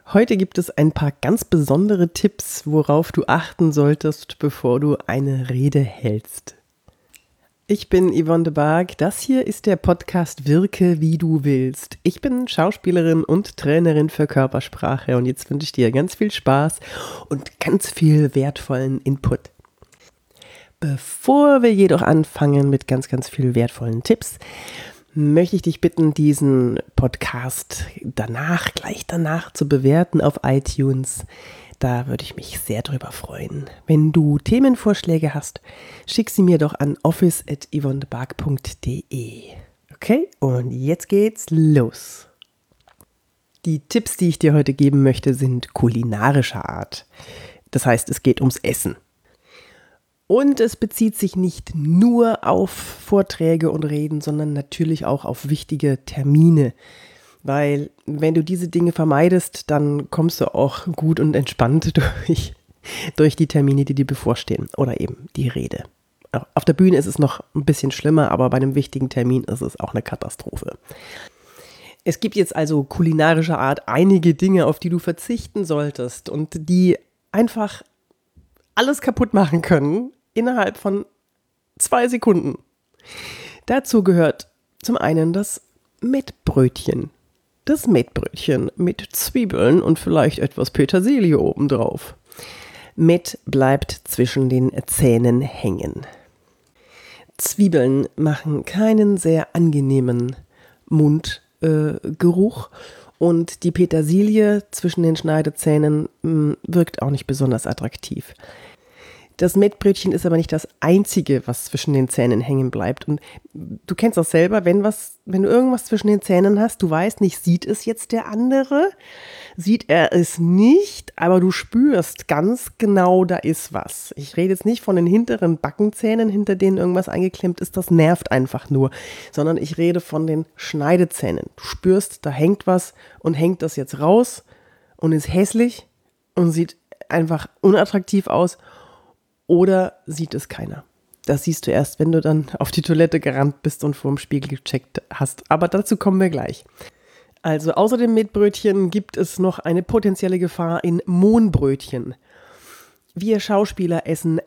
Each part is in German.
Heute gibt es ein paar ganz besondere Tipps, worauf du achten solltest, bevor du eine Rede hältst. Ich bin Yvonne de Barg, das hier ist der Podcast Wirke, wie du willst. Ich bin Schauspielerin und Trainerin für Körpersprache und jetzt wünsche ich dir ganz viel Spaß und ganz viel wertvollen Input. Bevor wir jedoch anfangen mit ganz viel wertvollen Tipps, möchte ich dich bitten, diesen Podcast gleich danach zu bewerten auf iTunes. Da würde ich mich sehr drüber freuen. Wenn du Themenvorschläge hast, schick sie mir doch an office@yvonnebarg.de. Okay, und jetzt geht's los. Die Tipps, die ich dir heute geben möchte, sind kulinarischer Art. Das heißt, es geht ums Essen. Und es bezieht sich nicht nur auf Vorträge und Reden, sondern natürlich auch auf wichtige Termine. Weil wenn du diese Dinge vermeidest, dann kommst du auch gut und entspannt durch die Termine, die dir bevorstehen oder eben die Rede. Auf der Bühne ist es noch ein bisschen schlimmer, aber bei einem wichtigen Termin ist es auch eine Katastrophe. Es gibt jetzt also kulinarischer Art einige Dinge, auf die du verzichten solltest und die einfach alles kaputt machen können innerhalb von 2 Sekunden. Dazu gehört zum einen das Mettbrötchen. Das Mettbrötchen mit Zwiebeln und vielleicht etwas Petersilie obendrauf. Mett bleibt zwischen den Zähnen hängen. Zwiebeln machen keinen sehr angenehmen Mundgeruch und die Petersilie zwischen den Schneidezähnen wirkt auch nicht besonders attraktiv. Das Mettbrötchen ist aber nicht das Einzige, was zwischen den Zähnen hängen bleibt. Und du kennst das selber, wenn du irgendwas zwischen den Zähnen hast, du weißt nicht, sieht es jetzt der andere? Sieht er es nicht? Aber du spürst ganz genau, da ist was. Ich rede jetzt nicht von den hinteren Backenzähnen, hinter denen irgendwas eingeklemmt ist, das nervt einfach nur. Sondern ich rede von den Schneidezähnen. Du spürst, da hängt was und hängt das jetzt raus und ist hässlich und sieht einfach unattraktiv aus. Oder sieht es keiner? Das siehst du erst, wenn du dann auf die Toilette gerannt bist und vor dem Spiegel gecheckt hast. Aber dazu kommen wir gleich. Also außer dem Mettbrötchen gibt es noch eine potenzielle Gefahr in Mohnbrötchen. Wir Schauspieler essen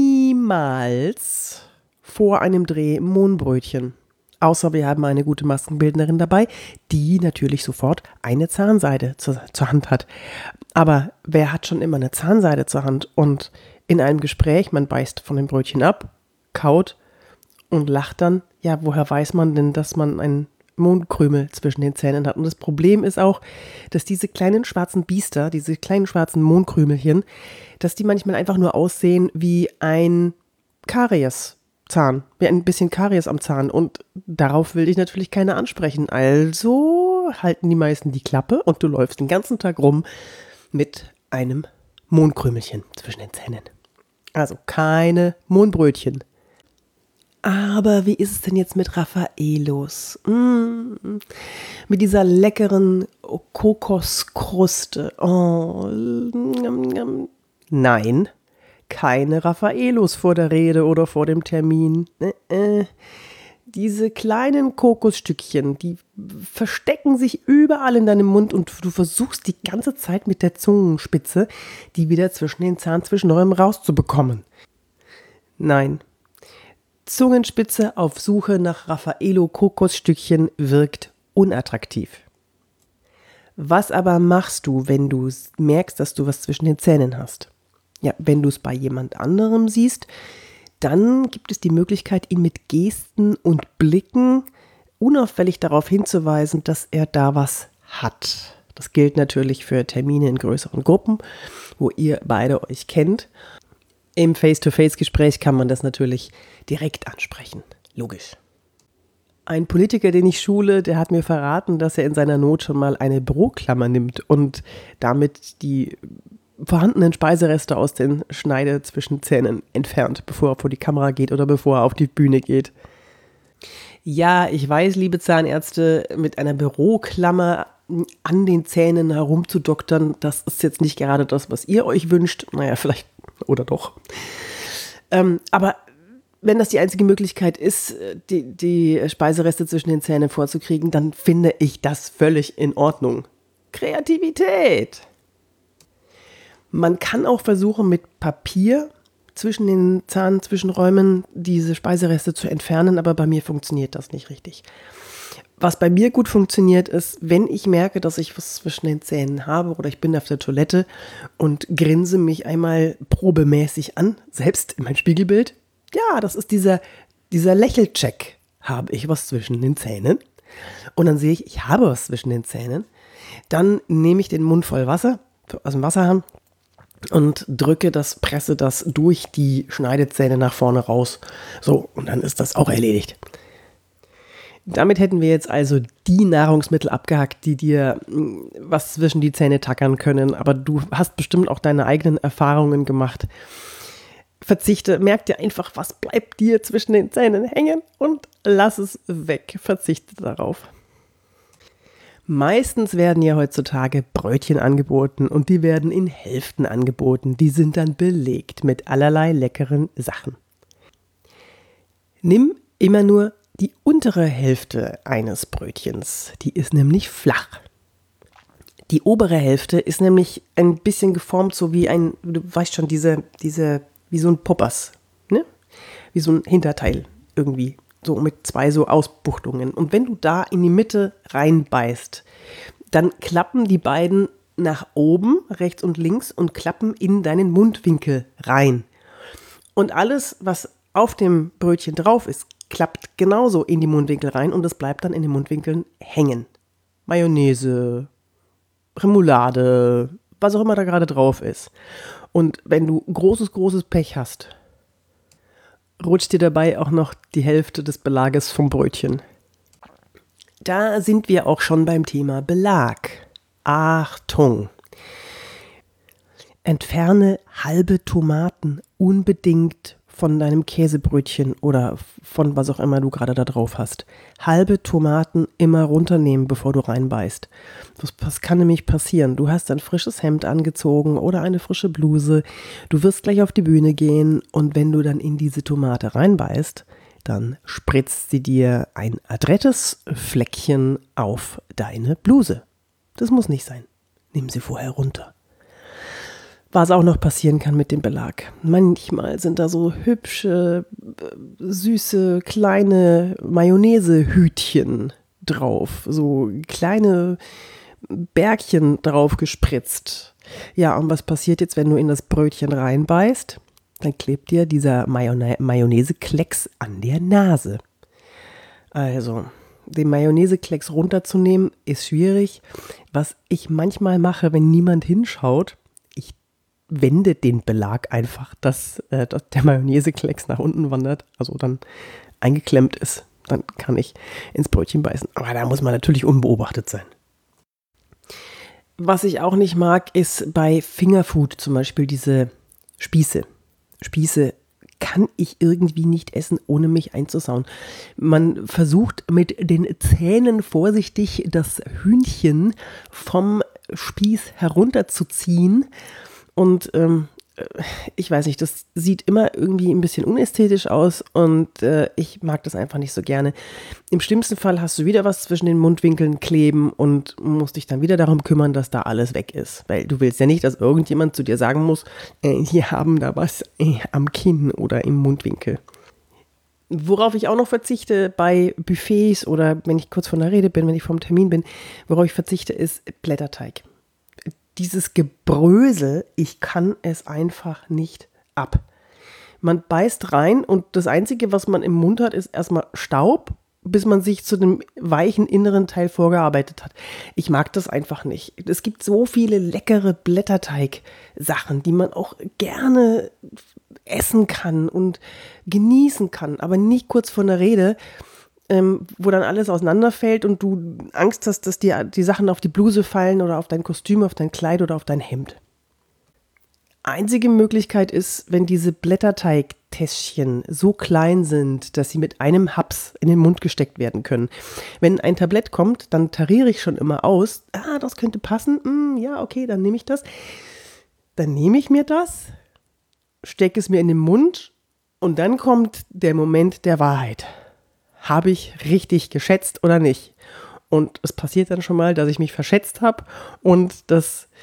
niemals vor einem Dreh Mohnbrötchen. Außer wir haben eine gute Maskenbildnerin dabei, die natürlich sofort eine Zahnseide zur Hand hat. Aber wer hat schon immer eine Zahnseide zur Hand und in einem Gespräch, man beißt von dem Brötchen ab, kaut und lacht dann, ja, woher weiß man denn, dass man einen Mohnkrümel zwischen den Zähnen hat? Und das Problem ist auch, dass diese kleinen schwarzen Biester, diese kleinen schwarzen Mohnkrümelchen, dass die manchmal einfach nur aussehen wie ein Karieszahn, wie ein bisschen Karies am Zahn. Und darauf will ich natürlich keiner ansprechen. Also halten die meisten die Klappe und du läufst den ganzen Tag rum mit einem Mohnkrümelchen zwischen den Zähnen. Also keine Mohnbrötchen. Aber wie ist es denn jetzt mit Raffaellos? Mit dieser leckeren Kokoskruste. Oh. Nein, keine Raffaellos vor der Rede oder vor dem Termin. Diese kleinen Kokosstückchen, die verstecken sich überall in deinem Mund und du versuchst die ganze Zeit mit der Zungenspitze, die wieder zwischen den Zahnzwischenräumen rauszubekommen. Nein, Zungenspitze auf Suche nach Raffaello-Kokosstückchen wirkt unattraktiv. Was aber machst du, wenn du merkst, dass du was zwischen den Zähnen hast? Ja, wenn du es bei jemand anderem siehst, dann gibt es die Möglichkeit, ihn mit Gesten und Blicken unauffällig darauf hinzuweisen, dass er da was hat. Das gilt natürlich für Termine in größeren Gruppen, wo ihr beide euch kennt. Im Face-to-Face-Gespräch kann man das natürlich direkt ansprechen. Logisch. Ein Politiker, den ich schule, der hat mir verraten, dass er in seiner Not schon mal eine Büroklammer nimmt und damit die vorhandenen Speisereste aus den Schneidezwischenzähnen entfernt, bevor er vor die Kamera geht oder bevor er auf die Bühne geht. Ja, ich weiß, liebe Zahnärzte, mit einer Büroklammer an den Zähnen herumzudoktern, das ist jetzt nicht gerade das, was ihr euch wünscht. Naja, vielleicht oder doch. Aber wenn das die einzige Möglichkeit ist, die Speisereste zwischen den Zähnen vorzukriegen, dann finde ich das völlig in Ordnung. Kreativität! Man kann auch versuchen, mit Papier zwischen den Zahnzwischenräumen diese Speisereste zu entfernen, aber bei mir funktioniert das nicht richtig. Was bei mir gut funktioniert ist, wenn ich merke, dass ich was zwischen den Zähnen habe oder ich bin auf der Toilette und grinse mich einmal probemäßig an, selbst in mein Spiegelbild. Ja, das ist dieser Lächelcheck. Habe ich was zwischen den Zähnen? Und dann sehe ich habe was zwischen den Zähnen. Dann nehme ich den Mund voll Wasser aus dem Wasserhahn und presse das durch die Schneidezähne nach vorne raus. So, und dann ist das auch erledigt. Damit hätten wir jetzt also die Nahrungsmittel abgehakt, die dir was zwischen die Zähne tackern können. Aber du hast bestimmt auch deine eigenen Erfahrungen gemacht. Merk dir einfach, was bleibt dir zwischen den Zähnen hängen und lass es weg. Verzichte darauf. Meistens werden ja heutzutage Brötchen angeboten und die werden in Hälften angeboten. Die sind dann belegt mit allerlei leckeren Sachen. Nimm immer nur die untere Hälfte eines Brötchens. Die ist nämlich flach. Die obere Hälfte ist nämlich ein bisschen geformt, so wie du weißt schon, wie so ein Poppers, ne? Wie so ein Hinterteil irgendwie. So mit zwei so Ausbuchtungen. Und wenn du da in die Mitte reinbeißt, dann klappen die beiden nach oben, rechts und links, und klappen in deinen Mundwinkel rein. Und alles, was auf dem Brötchen drauf ist, klappt genauso in die Mundwinkel rein und es bleibt dann in den Mundwinkeln hängen. Mayonnaise, Remoulade, was auch immer da gerade drauf ist. Und wenn du großes Pech hast, rutscht dir dabei auch noch die Hälfte des Belages vom Brötchen. Da sind wir auch schon beim Thema Belag. Achtung! Entferne halbe Tomaten unbedingt von deinem Käsebrötchen oder von was auch immer du gerade da drauf hast. Halbe Tomaten immer runternehmen, bevor du reinbeißt. Was kann nämlich passieren? Du hast ein frisches Hemd angezogen oder eine frische Bluse. Du wirst gleich auf die Bühne gehen und wenn du dann in diese Tomate reinbeißt, dann spritzt sie dir ein adrettes Fleckchen auf deine Bluse. Das muss nicht sein. Nimm sie vorher runter. Was auch noch passieren kann mit dem Belag. Manchmal sind da so hübsche, süße, kleine Mayonnaisehütchen drauf. So kleine Bergchen drauf gespritzt. Ja, und was passiert jetzt, wenn du in das Brötchen reinbeißt? Dann klebt dir dieser Mayonnaiseklecks an der Nase. Also, den Mayonnaiseklecks runterzunehmen, ist schwierig. Was ich manchmal mache, wenn niemand hinschaut, wende den Belag einfach, dass der Mayonnaiseklecks nach unten wandert, also dann eingeklemmt ist. Dann kann ich ins Brötchen beißen. Aber da muss man natürlich unbeobachtet sein. Was ich auch nicht mag, ist bei Fingerfood zum Beispiel diese Spieße. Spieße kann ich irgendwie nicht essen, ohne mich einzusauen. Man versucht mit den Zähnen vorsichtig das Hühnchen vom Spieß herunterzuziehen. Und ich weiß nicht, das sieht immer irgendwie ein bisschen unästhetisch aus und ich mag das einfach nicht so gerne. Im schlimmsten Fall hast du wieder was zwischen den Mundwinkeln kleben und musst dich dann wieder darum kümmern, dass da alles weg ist. Weil du willst ja nicht, dass irgendjemand zu dir sagen muss, hier haben da was am Kinn oder im Mundwinkel. Worauf ich auch noch verzichte bei Buffets oder wenn ich kurz vor der Rede bin, wenn ich vorm Termin bin, worauf ich verzichte, ist Blätterteig. Dieses Gebrösel, ich kann es einfach nicht ab. Man beißt rein und das Einzige, was man im Mund hat, ist erstmal Staub, bis man sich zu dem weichen inneren Teil vorgearbeitet hat. Ich mag das einfach nicht. Es gibt so viele leckere Blätterteig-Sachen, die man auch gerne essen kann und genießen kann, aber nicht kurz vor der Rede, wo dann alles auseinanderfällt und du Angst hast, dass dir die Sachen auf die Bluse fallen oder auf dein Kostüm, auf dein Kleid oder auf dein Hemd. Einzige Möglichkeit ist, wenn diese Blätterteigtäschchen so klein sind, dass sie mit einem Haps in den Mund gesteckt werden können. Wenn ein Tablett kommt, dann tariere ich schon immer aus. Das könnte passen. Ja, okay, dann nehme ich das. Dann nehme ich mir das, stecke es mir in den Mund und dann kommt der Moment der Wahrheit. Habe ich richtig geschätzt oder nicht? Und es passiert dann schon mal, dass ich mich verschätzt habe und das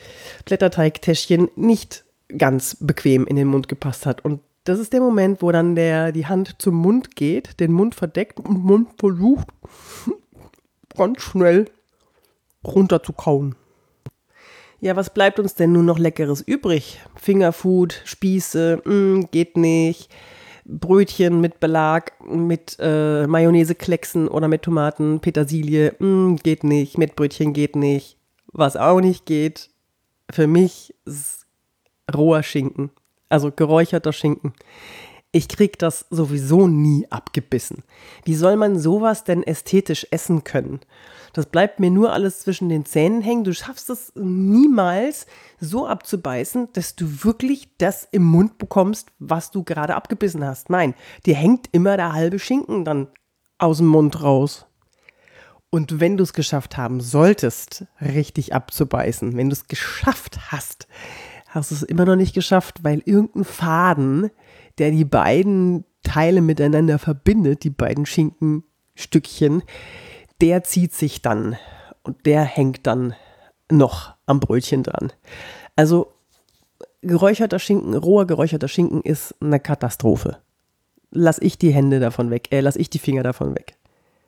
Blätterteigtäschchen nicht ganz bequem in den Mund gepasst hat. Und das ist der Moment, wo dann die Hand zum Mund geht, den Mund verdeckt und den Mund versucht, ganz schnell runter zu kauen. Ja, was bleibt uns denn nun noch Leckeres übrig? Fingerfood, Spieße, geht nicht. Brötchen mit Belag, mit Mayonnaise-Klecksen oder mit Tomaten, Petersilie, geht nicht. Mettbrötchen geht nicht. Was auch nicht geht, für mich ist roher Schinken, also geräucherter Schinken. Ich krieg das sowieso nie abgebissen. Wie soll man sowas denn ästhetisch essen können? Das bleibt mir nur alles zwischen den Zähnen hängen. Du schaffst es niemals so abzubeißen, dass du wirklich das im Mund bekommst, was du gerade abgebissen hast. Nein, dir hängt immer der halbe Schinken dann aus dem Mund raus. Und wenn du es geschafft haben solltest, richtig abzubeißen, wenn du es geschafft hast, hast du es immer noch nicht geschafft, weil irgendein Faden, der die beiden Teile miteinander verbindet, die beiden Schinkenstückchen, der zieht sich dann und der hängt dann noch am Brötchen dran. Also geräucherter Schinken, roher geräucherter Schinken ist eine Katastrophe. Lass ich die Hände davon weg, lass ich die Finger davon weg.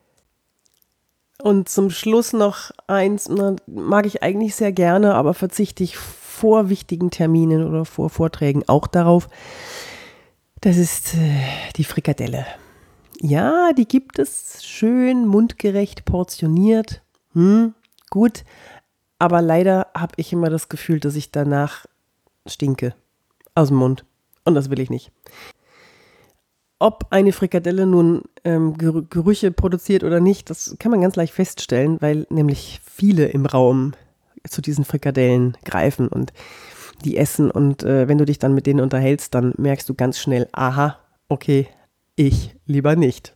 Und zum Schluss noch eins, mag ich eigentlich sehr gerne, aber verzichte ich vor wichtigen Terminen oder vor Vorträgen auch darauf. Das ist die Frikadelle. Ja, die gibt es schön mundgerecht portioniert. Gut, aber leider habe ich immer das Gefühl, dass ich danach stinke aus dem Mund. Und das will ich nicht. Ob eine Frikadelle nun Gerüche produziert oder nicht, das kann man ganz leicht feststellen, weil nämlich viele im Raum zu diesen Frikadellen greifen und die essen. Und wenn du dich dann mit denen unterhältst, dann merkst du ganz schnell, aha, okay, ich lieber nicht.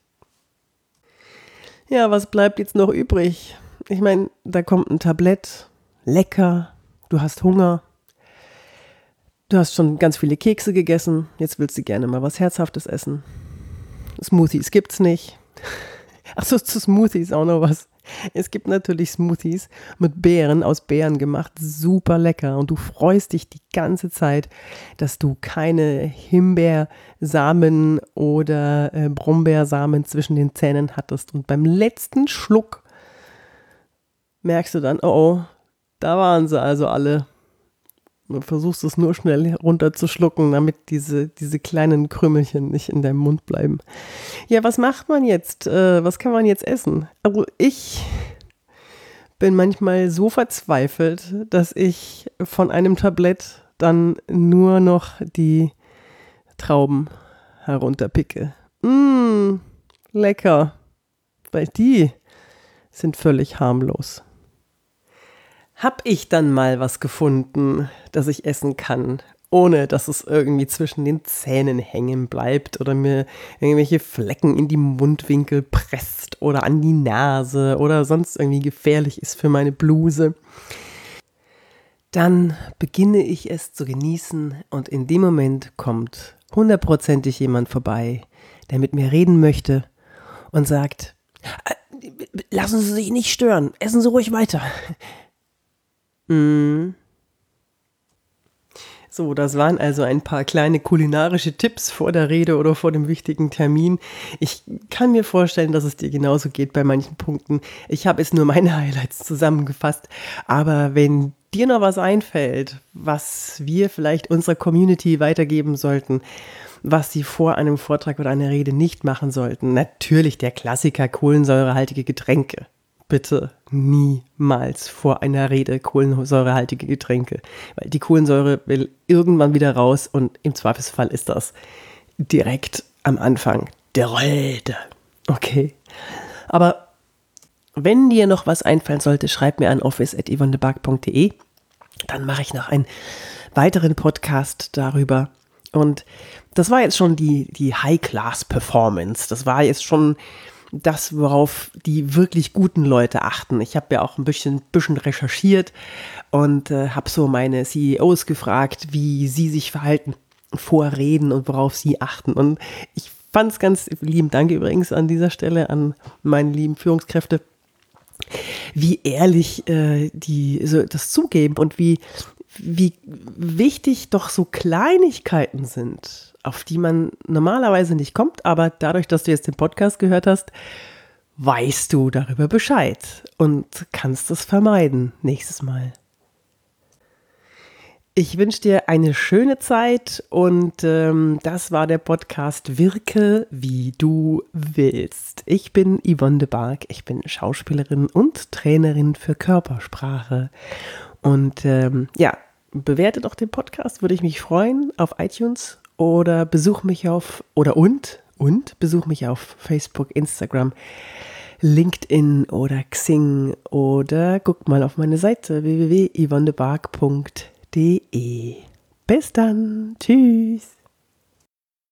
Ja, was bleibt jetzt noch übrig? Ich meine, da kommt ein Tablett, lecker, du hast Hunger, du hast schon ganz viele Kekse gegessen, jetzt willst du gerne mal was Herzhaftes essen. Smoothies gibt's nicht. Achso, zu Smoothies auch noch was. Es gibt natürlich Smoothies mit Beeren, aus Beeren gemacht, super lecker und du freust dich die ganze Zeit, dass du keine Himbeersamen oder Brombeersamen zwischen den Zähnen hattest und beim letzten Schluck merkst du dann, oh, da waren sie also alle. Du versuchst es nur schnell runterzuschlucken, damit diese kleinen Krümelchen nicht in deinem Mund bleiben. Ja, was macht man jetzt? Was kann man jetzt essen? Also ich bin manchmal so verzweifelt, dass ich von einem Tablett dann nur noch die Trauben herunterpicke. Lecker, weil die sind völlig harmlos. Hab ich dann mal was gefunden, das ich essen kann, ohne dass es irgendwie zwischen den Zähnen hängen bleibt oder mir irgendwelche Flecken in die Mundwinkel presst oder an die Nase oder sonst irgendwie gefährlich ist für meine Bluse, dann beginne ich es zu genießen und in dem Moment kommt 100%ig jemand vorbei, der mit mir reden möchte und sagt, lassen Sie sich nicht stören, essen Sie ruhig weiter. So, das waren also ein paar kleine kulinarische Tipps vor der Rede oder vor dem wichtigen Termin. Ich kann mir vorstellen, dass es dir genauso geht bei manchen Punkten. Ich habe jetzt nur meine Highlights zusammengefasst, aber wenn dir noch was einfällt, was wir vielleicht unserer Community weitergeben sollten, was sie vor einem Vortrag oder einer Rede nicht machen sollten, natürlich der Klassiker kohlensäurehaltige Getränke. Bitte niemals vor einer Rede kohlensäurehaltige Getränke, weil die Kohlensäure will irgendwann wieder raus und im Zweifelsfall ist das direkt am Anfang der Rede. Okay, aber wenn dir noch was einfallen sollte, schreib mir an office@yvonnebark.de, dann mache ich noch einen weiteren Podcast darüber. Und das war jetzt schon die High-Class-Performance, das war jetzt schon das, worauf die wirklich guten Leute achten. Ich habe ja auch ein bisschen recherchiert und habe so meine CEOs gefragt, wie sie sich verhalten vor Reden und worauf sie achten. Und ich fand es ganz lieben Dank übrigens an dieser Stelle an meine lieben Führungskräfte, wie ehrlich die so das zugeben und wie wie wichtig doch so Kleinigkeiten sind, auf die man normalerweise nicht kommt, aber dadurch, dass du jetzt den Podcast gehört hast, weißt du darüber Bescheid und kannst es vermeiden nächstes Mal. Ich wünsche dir eine schöne Zeit und das war der Podcast Wirke, wie du willst. Ich bin Yvonne de Barg, ich bin Schauspielerin und Trainerin für Körpersprache. Und bewerte doch den Podcast, würde ich mich freuen, auf iTunes oder besuch mich auf Facebook, Instagram, LinkedIn oder Xing oder guck mal auf meine Seite www.yvonnedebarg.de. Bis dann. Tschüss.